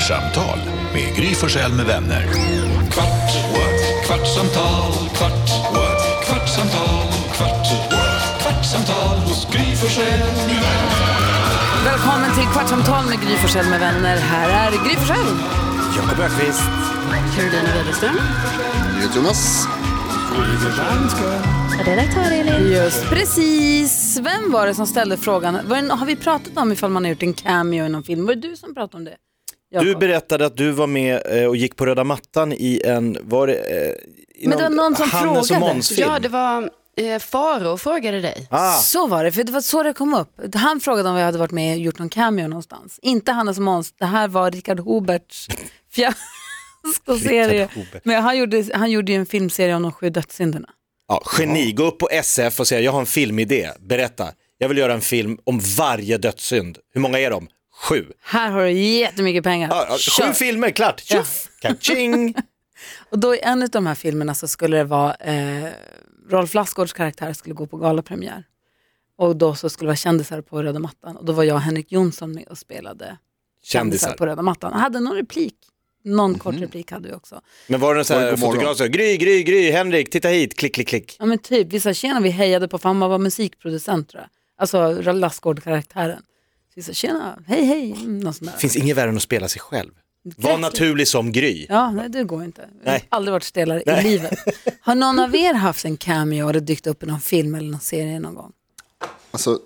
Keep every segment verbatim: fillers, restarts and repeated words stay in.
Kvartsamtal med Gry Forssell med vänner. Kvart, what? Kvartsamtal, kvart, what? Kvartsamtal, kvart, what? Kvartsamtal hos Gry Forssell med vänner. Välkommen till Kvartsamtal med Gry Forssell med vänner. Här är Gry Forssell. Jakob Böckvist. Carolina Widerström. Jonas. Redaktör Elin. Just precis. Vem var det som ställde frågan? Har vi pratat om ifall man har gjort en cameo i någon film? Var det du som pratade om det? Jakob. Du berättade att du var med och gick på röda mattan i en... Var det, i Men det var någon som Hannes frågade. Och Måns film. Ja, det var eh, Faro frågade dig. Ah. Så var det, för det var så det kom upp. Han frågade om vi hade varit med och gjort någon cameo någonstans. Inte Hannes och Måns. Det här var Richard Huberts fiaskoserie. Men han gjorde, han gjorde ju en filmserie om de sju dödssynderna. Ja, geni, gå upp på S F och säga jag har en filmidé, berätta. Jag vill göra en film om varje dödssynd. Hur många är de? Sju. Här har du jättemycket pengar. Ja, ja, sju filmer, klart. Tjuff, ja. Kaching. Och då i en av de här filmerna så skulle det vara eh, Rolf Lassgårds karaktär skulle gå på galapremiär. Och då så skulle det vara kändisar på röda mattan. Och då var jag och Henrik Jonsson med och spelade kändisar, kändisar på röda mattan. Han hade någon replik. Någon mm-hmm. kort replik hade vi också. Men var det en sån här fotograf så Gry, Gry, Gry, Henrik, titta hit, klick, klick, klick. Ja men typ, vissa tjena vi hejade på, för han var musikproducent tror jag. Alltså Lassgård-karaktären. Så vi sa tjena, hej hej. Någon sån där. Finns ingen värre än att spela sig själv. Var naturlig som Gry. Ja, nej, det går inte. Jag har nej. aldrig varit stelare i livet. Har någon av er haft en cameo eller dykt upp i någon film eller någon serie någon gång? Alltså,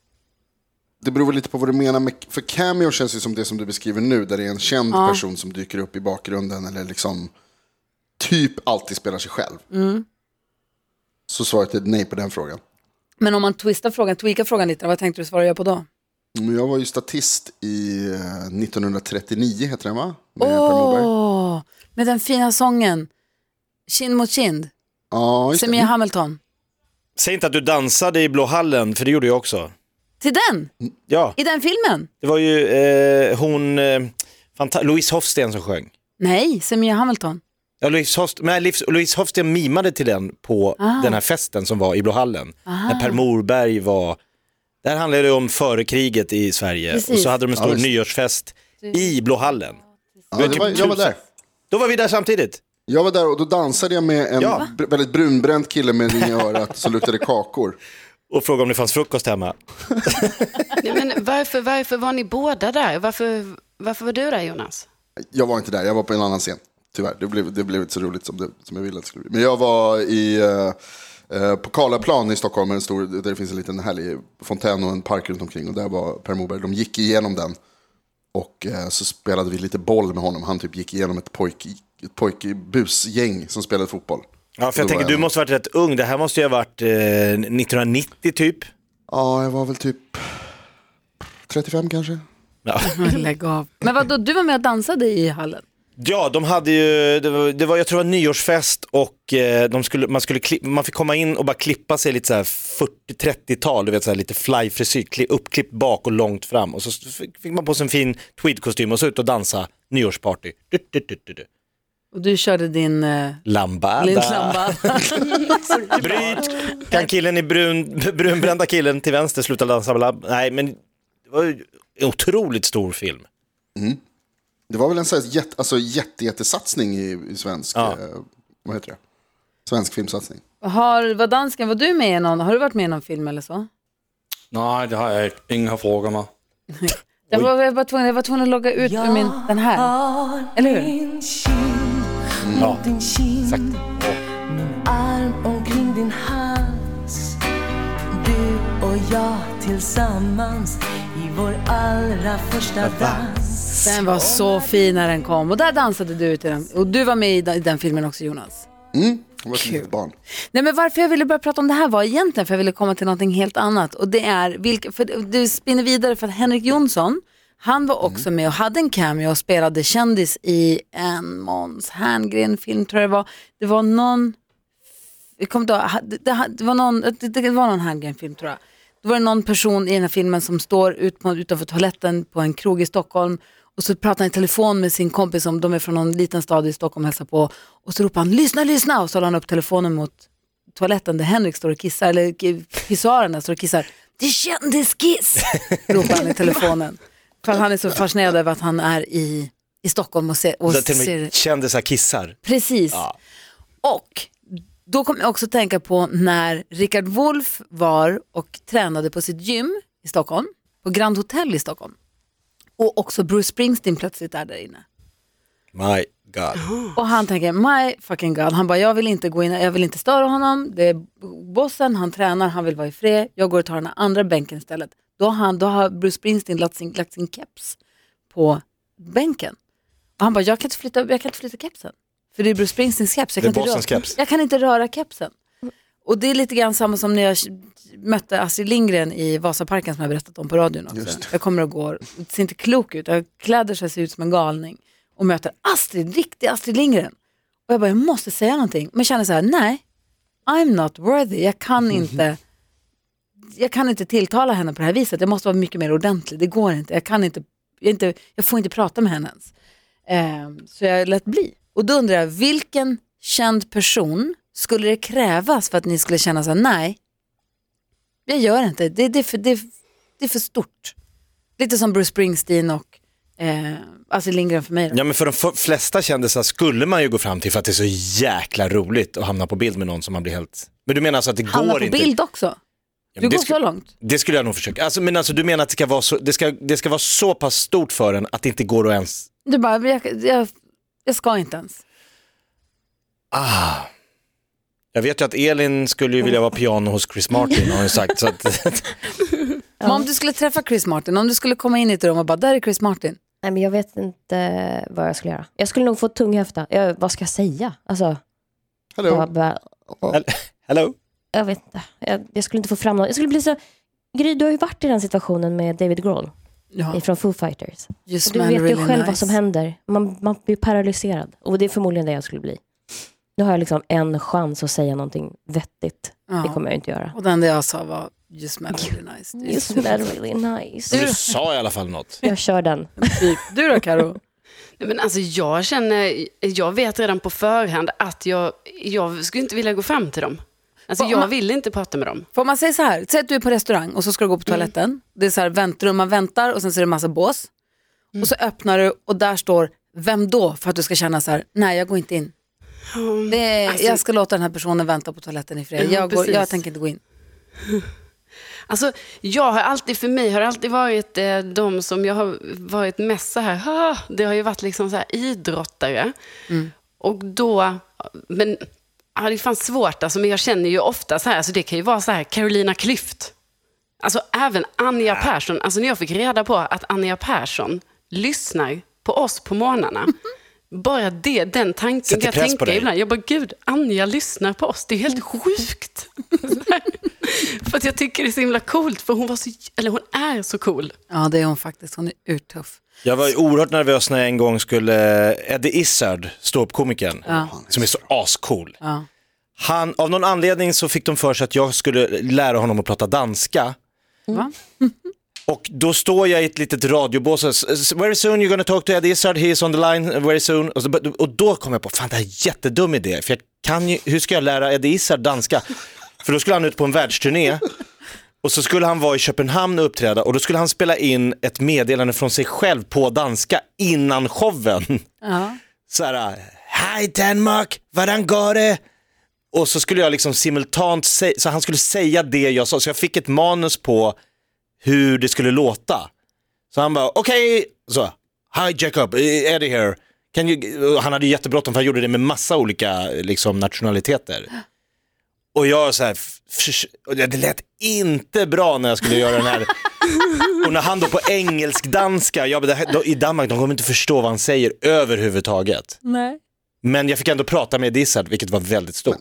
det beror väl lite på vad du menar med, för cameo känns ju som det som du beskriver nu, där det är en känd ja. person som dyker upp i bakgrunden eller liksom typ alltid spelar sig själv. Mm. Så svaret är nej på den frågan. Men om man twistar frågan, tweakar frågan lite, vad tänkte du svara jag på då? Jag var ju statist i nittonhundratrettionio, heter den va? Med Per Morberg. Med den fina sången Kind mot kind. Ja, Semia Hamilton. Säg inte att du dansade i Blå hallen, för det gjorde jag också. Till den? Ja. I den filmen? Det var ju eh, hon eh, fanta- Louise Hofsten som sjöng. Nej, Semia Hamilton. Ja, Louise Hofsten, men Louise Hofsten mimade till den på ah. den här festen som var i Blå hallen. Ah. När Per Morberg var... Där handlade det om före kriget i Sverige. Precis. Och så hade de en stor ja, nyårsfest i Blå hallen. Ja, det var, jag var där. Då var vi där samtidigt. Jag var där och då dansade jag med en ja. b- väldigt brunbränt kille med ring i örat som luktade kakor. Och frågade om det fanns frukost hemma. Nej, men varför, varför var ni båda där? Varför, varför var du där, Jonas? Jag var inte där, jag var på en annan scen. Tyvärr, det blev, det blev inte så roligt som, det, som jag ville att det skulle bli. Men jag var i... Uh, Uh, på Karlaplan i Stockholm en stor, där det finns en liten härlig fontän och en park runt omkring, och där var Per Morberg. De gick igenom den och uh, så spelade vi lite boll med honom. Han typ gick igenom ett pojk, ett pojkbusgäng som spelade fotboll. Ja, för jag tänker, du måste ha varit rätt ung. Det här måste ju ha varit eh, nittonhundranittio typ. Ja, jag var väl typ trettiofem kanske. Ja. Lägg av. Men vad då, du var med och dansade i hallen? Ja, de hade ju, det var, det var jag tror det var nyårsfest och eh, de skulle, man, skulle klippa, man fick komma in och bara klippa sig lite så här fyrtio-trettio-tal, du vet så här lite fly-frisyr, uppklippt bak och långt fram, och så fick, fick man på sig en fin tweedkostym och så ut och dansa nyårsparty. Du, du, du, du, du. Och du körde din eh, lambada. lambada. Bryt, kan killen i brun, brunbrända killen till vänster sluta dansa lab? Nej, men det var ju en otroligt stor film. Mm. Det var väl en sån här jätte, alltså jätte, jättesatsning i, i svensk, ja. eh, vad heter det? Svensk filmsatsning. Har, var dansken, var du med i någon, har du varit med i någon film eller så? Nej, det har jag inte. Ingen har frågat mig. jag, var, jag, var tvungen, jag var tvungen att logga ut med min, den här. Eller hur? Mm. Ja, exakt. Min arm omkring din hals. Du och jag tillsammans i vår allra första dans. Den var så fin när den kom. Och där dansade du till den. Och du var med i den, i den filmen också, Jonas. Mm, jag var ett litet barn. Nej, men varför jag ville börja prata om det här var egentligen för jag ville komma till någonting helt annat. Och det är, vilka, för du spinner vidare för att Henrik Jonsson, han var också mm. med och hade en cameo och spelade kändis i en Måns Herngren-film, tror jag det var. Det var någon... Jag kommer inte ihåg, det, det var någon, det, det var någon Herngren-film, tror jag. Då var det någon person i den här filmen som står ut på, utanför toaletten på en krog i Stockholm. Och så pratar han i telefon med sin kompis, om de är från någon liten stad i Stockholm och hälsar på. Och så ropar han, lyssna, lyssna. Och så håller han upp telefonen mot toaletten där Henrik står och kissar. Eller pissoarerna står och kissar. Det är kändiskiss, ropar han i telefonen. För han är så fascinerad över att han är i, i Stockholm och, se, och Så till och ser... med kändisar kissar. Precis. Ja. Och då kom jag också tänka på när Richard Wolff var och tränade på sitt gym i Stockholm, på Grand Hotel i Stockholm. Och också Bruce Springsteen plötsligt är där inne. My God. Och han tänker, my fucking God. Han bara, jag vill inte gå in, jag vill inte störa honom. Det är bossen, han tränar, han vill vara i fred. Jag går och tar den andra bänken istället. Då har, han, då har Bruce Springsteen lagt sin, lagt sin keps på bänken. Och han bara, jag kan inte flytta, jag kan inte flytta kepsen. För det är Bruce Springsteens keps. Jag kan, det är inte röra, keps. jag kan inte röra kepsen. Och det är lite grann samma som när jag mötte Astrid Lindgren i Vasaparken som jag berättat om på radion också. Jag kommer och går, det ser inte klok ut. Jag kläder sig, ser ut som en galning. Och möter Astrid, riktig Astrid Lindgren. Och jag bara, jag måste säga någonting. Men känner så här, nej, I'm not worthy. Jag kan inte jag kan inte tilltala henne på det här viset. Jag måste vara mycket mer ordentlig. Det går inte. Jag kan inte, jag, inte, jag får inte prata med henne ens. Eh, så jag lät bli. Och då undrar jag, vilken känd person skulle det krävas för att ni skulle känna så här, nej, jag gör inte. Det, det, är för, det, det är för stort. Lite som Bruce Springsteen och eh, Astrid Lindgren för mig då. Ja, men för de f- flesta kändisar skulle man ju gå fram till för att det är så jäkla roligt att hamna på bild med någon som man blir helt... Men du menar alltså att det Hamna går på inte... bild också? Ja, du det går sku- så långt? Det skulle jag nog försöka. Alltså, men alltså du menar att det ska, vara så, det, ska, det ska vara så pass stort för en att det inte går att ens... Du bara, jag, jag, jag ska inte ens. Ah... Jag vet ju att Elin skulle ju vilja vara piano hos Chris Martin, har hon sagt. Så att... Men om du skulle träffa Chris Martin, om du skulle komma in i ett rum och bara, där är Chris Martin. Nej, men jag vet inte vad jag skulle göra. Jag skulle nog få tunghäfta. Jag, vad ska jag säga? Alltså, Hello. bara, bara, och, Hello? jag vet inte. Jag, jag skulle inte få fram något. Jag skulle bli så... Gry, du har ju varit i den situationen med David Grohl. Ja. Från Foo Fighters. Just Du man vet ju really själv nice. vad som händer. Man, man blir paralyserad. Och det är förmodligen det jag skulle bli. Nu har jag liksom en chans att säga någonting vettigt. Ja. Det kommer jag inte göra. Och den där jag sa var, you smell really nice. You smell really nice. Du sa i alla fall något. Jag kör den. Du då, Karo? Nej, men alltså jag känner, jag vet redan på förhand att jag, jag skulle inte vilja gå fram till dem. Alltså Får jag man- vill inte prata med dem. Får man säga så här, säg att du är på restaurang och så ska du gå på toaletten. Mm. Det är så här väntrum, man väntar och sen så är det en massa bås. Mm. Och så öppnar du och där står, vem då? För att du ska känna så här, nej jag går inte in. Mm. Det är, Alltså- jag ska låta den här personen vänta på toaletten i fred. Ja, Jag, går, precis. jag tänker inte gå in. Alltså jag har alltid, för mig har det alltid varit eh, de som jag har varit mest så här, ah, det har ju varit liksom så här idrottare. Mm. Och då, men ja, det fanns svårt alltså, men jag känner ju ofta så här, alltså det kan ju vara så här, Carolina Klüft. Alltså även Anja Persson, alltså när jag fick reda på att Anja Persson lyssnar på oss på morgnarna. Bara det, den tanken Sätter kan jag press på tänka dig. ibland. Jag bara, gud, Anja lyssnar på oss. Det är helt sjukt. För att jag tycker det är så himla coolt. För hon var så, eller hon är så cool. Ja, det är hon faktiskt. Hon är urtuff. Jag var ju oerhört nervös när jag en gång skulle Eddie Izzard, ståuppkomikern, Ja. som är så ascool. Ja. Han, av någon anledning så fick de för sig att jag skulle lära honom att prata danska. Va? Och då står jag i ett litet radiobås och s- very soon you're gonna talk to Eddie Izzard, he is on the line very soon. Och, så, och då kom jag på, fan det här är en jättedum idé. För jag kan ju, hur ska jag lära Eddie Izzard danska? För då skulle han ut på en världsturné. Och så skulle han vara i Köpenhamn och uppträda. Och då skulle han spela in ett meddelande från sig själv på danska innan showen. Ja. Så här, hej Danmark, hvordan går det? Och så skulle jag liksom simultant säga, så han skulle säga det jag sa. Så jag fick ett manus på hur det skulle låta. Så han bara, okej, okay. Så, hi Jacob, Eddie here. Can you... Han hade jättebråttom för han gjorde det med massa olika liksom, nationaliteter. Och jag så här, f- f- och det lät inte bra när jag skulle göra den här. Och när han då på engelsk-danska, jag, det här, då, i Danmark, de kommer inte förstå vad han säger överhuvudtaget. Nej. Men jag fick ändå prata med Dissard, vilket var väldigt stort.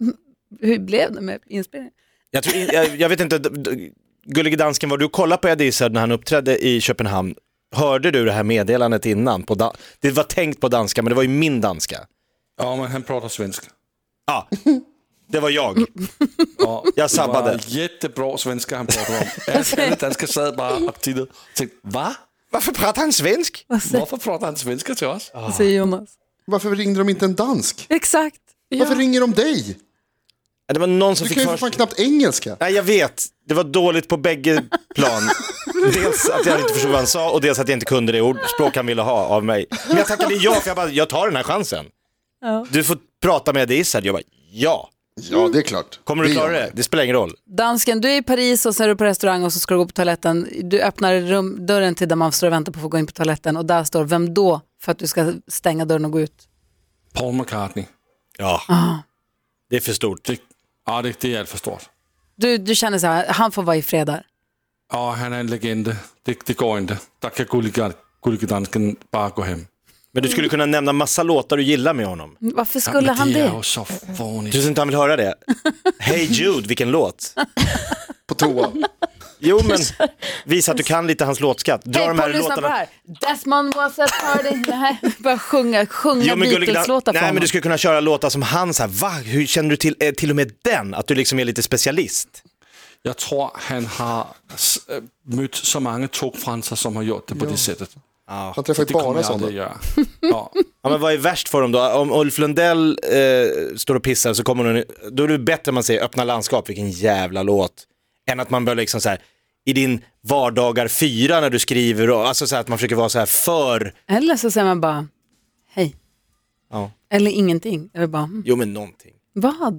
Hur blev det med inspelningen? Jag, tror, jag, jag vet inte, d- d- Gullige dansken, var du kollade på Eddie Izzard när han uppträdde i Köpenhamn? Hörde du det här meddelandet innan? På da- det var tänkt på danska, men det var ju min danska. Ja, men han pratar svenska. Ja, det var jag. Ja, Jag sabbade. Det var jättebra svenska han pratade om. Alla danskar sad bara och tittade och tänkte, va? Varför pratar han svensk? Vad säger, Varför pratar han svenska till oss? vad säger Jonas? Varför ringde de inte en dansk? Exakt. Varför ringer de dig? Ja, det var någon som Du fick kan ju för för fan sig. knappt engelska. Nej, jag vet. Det var dåligt på bägge plan. dels att jag inte förstod vad han sa och dels att jag inte kunde det ordspråk han ville ha av mig. Men jag tackade ja för jag bara, jag tar den här chansen. Ja. Du får prata med dig Issad. Jag bara, ja. Ja, det är klart. Kommer du klara det? Det spelar ingen roll. Dansken, du är i Paris och så är du på restaurang och så ska du gå på toaletten. Du öppnar rum, dörren till där man står och väntar på att få gå in på toaletten och där står vem då för att du ska stänga dörren och gå ut? Paul McCartney. Ja, ah. Det är för stort. Det, ja, det, det är allt för stort. Du, du känner så här, han får vara i fred där. Ja, han är en legend. Det, det går inte. Där kan gulliga, gulliga dansken bara gå hem. Men du skulle kunna nämna massa låtar du gillar med honom. Varför skulle ja, han det? Det är så fånigt. Du syns inte han vill höra det. Hey Jude, vilken låt. På toa. Jo, men visa att du kan lite hans låtskatt. Dra Hej, de här lyssna på låtarna. det här. Desmond was a party. Nej, bara sjunga, sjunga Jo, men gullig- Beatles-låtar för Nej, men honom. du skulle kunna köra låtar som han så här, va? Hur känner du till, eh, till och med den? Att du liksom är lite specialist. Jag tror han har äh, mött så många tokfransar som har gjort det på det sättet. Han träffar ju Det kommer bara jag aldrig sådana. göra. Ja. Ja, men vad är värst för dem då? Om Ulf Lundell eh, står och pissar så kommer hon, då är det bättre man säger öppna landskap, vilken jävla låt. Än att man börjar liksom så här i din vardagar fyra när du skriver och, alltså så här, att man försöker vara så här för. Eller så säger man bara hej. Ja. Eller ingenting. Eller bara, mm. Jo, men någonting. Vad?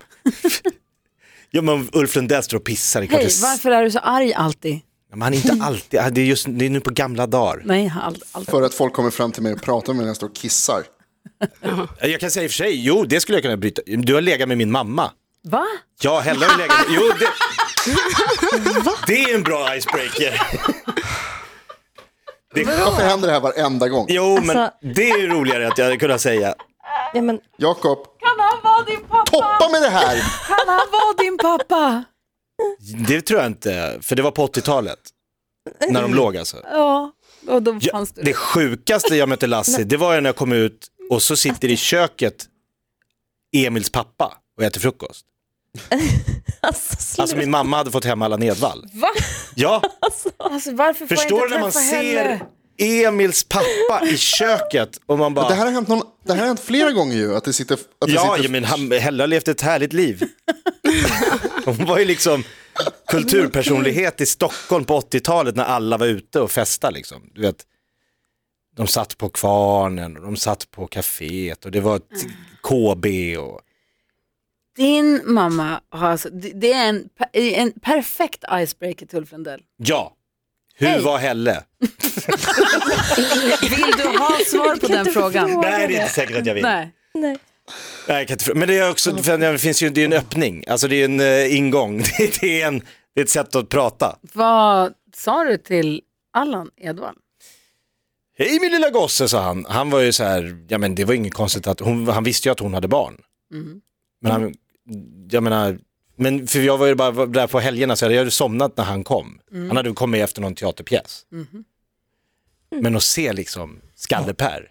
Jo, men Ulf Lundell står och pissar. Hej, varför är du så arg alltid? Men han är inte alltid, det är just det är nu på gamla dagar. Nej, all, all... För att folk kommer fram till mig och pratar med mig när jag står och kissar. Jag kan säga i och för sig, jo det skulle jag kunna bryta. Du har legat med min mamma. Va? Ja, Hella har legat med, jo det... det är en bra icebreaker. Det... Varför händer det här varenda gång? Jo, men Alltså... det är roligare att jag hade kunnat säga. Ja, men... Jakob, Kan han vara din pappa? toppa med det här! Kan han vara din pappa? Det tror jag inte, för det var på åttiotalet. När de låg alltså. Ja, och då Ja, fanns du. det sjukaste jag mötte Lasse, det var när jag kom ut och så sitter i köket Emils pappa och äter frukost. Alltså, Alltså min mamma hade fått hem alla Nedvall. Va? Ja, Alltså varför får förstår jag du inte när man träffa ser henne? Emils pappa i köket och man bara... Det här har hänt, någon, det här har hänt flera gånger ju. Att det sitter, att det Ja, sitter... ja, men han, Hella har levt ett härligt liv. Hon var ju liksom kulturpersonlighet i Stockholm på åttiotalet när alla var ute och festade liksom. Du vet, de satt på Kvarnen och de satt på kaféet och det var ett K B och... Din mamma har alltså, det det är en, en perfekt icebreaker till Ulf Lundell. Ja, hur Hej. var Helle? Vill du ha svar på den frågan? Nej, det är inte säkert att jag vill. Nej. Nej. Nej, jag kan inte, men det är också, för det finns ju, det är en öppning, alltså det är en uh, ingång, det är, en, det är ett sätt att prata. Vad sa du till Allan Edwall? Hej min lilla gosse, sa han. Han var ju så här, ja men det var inget konstigt att hon, han visste ju att hon hade barn. Mm. Men han, jag menar, men för jag var ju bara där på helgerna så jag hade somnat när han kom. Mm. Han hade kommit efter någon teaterpjäs. Mm. Men att se liksom Skallepär.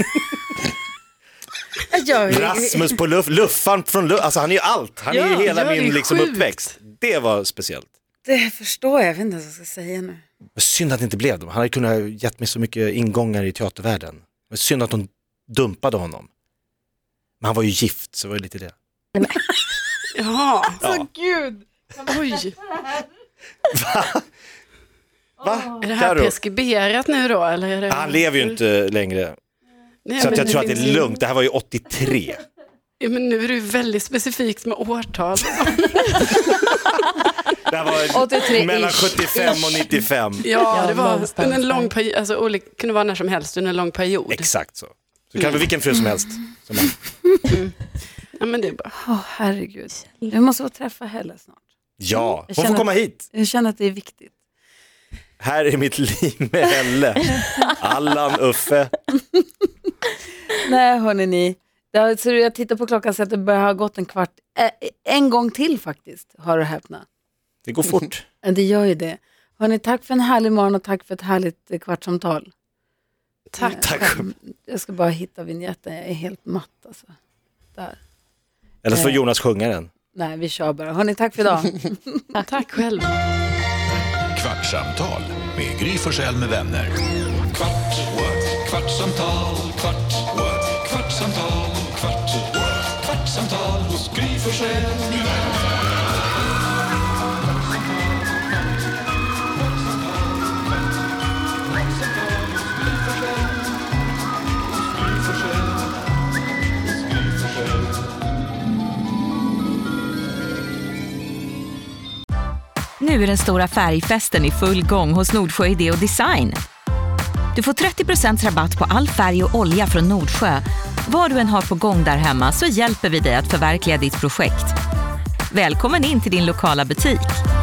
Jag, Rasmus på luff, luffan från luff, alltså han är ju allt. Han är ju Ja, hela ja, det är min liksom sjukt. uppväxt. Det var speciellt. Det förstår jag, jag vet inte vad jag ska säga nu. Men synd att det inte blev dem. Han hade kunnat gett mig så mycket ingångar i teatervärlden. Men synd att hon dumpade honom. Men han var ju gift, så var det lite det. Jaha, Alltså gud. oj. Va? Är det här Karo? preskriberat nu då? Eller är det... Han lever ju inte längre. Nej, Så att men jag tror att det finns är ju- lugnt. Det här var ju åttiotre. Ja, men nu är du väldigt specifikt med årtal. Det här var åttiotre mellan ish. sjuttiofem och nittiofem. Ja, det var någonstans under en lång där. period, alltså olika, kunde vara när som helst under en lång period. Exakt så. Så kan det vara vilken fru som helst. Som man... Ja, men det är bra. Åh herregud. Jag måste få träffa Helle snart. Ja, Jag hon får känner- komma hit. Jag känner att det är viktigt. Här är mitt liv med Helle. Allan, Uffe. Nej hörni ni. Det har, så jag tittar på klockan så att det börjar ha gått en kvart. Ä, en gång till faktiskt, har du häpna. Det går fort. Det gör ju det. Hörni, tack för en härlig morgon och tack för ett härligt eh, kvartsamtal. Tack. Tack. Jag ska bara hitta vignetten, jag är helt matt alltså. Där. Eller så får Jonas sjunga den. Nej, vi kör bara. Hörni, tack för idag. Tack själv. Kvartsamtal med Gry Forssell med vänner. Kvart, what? Kvartsamtal, kvart, what? Kvartsamtal, kvart, what? Kvartsamtal hos Gry Forssell med vänner. Nu är den stora färgfesten i full gång hos Nordsjö Idé och Design. Du får trettio procent rabatt på all färg och olja från Nordsjö. Vad du än har på gång där hemma så hjälper vi dig att förverkliga ditt projekt. Välkommen in till din lokala butik.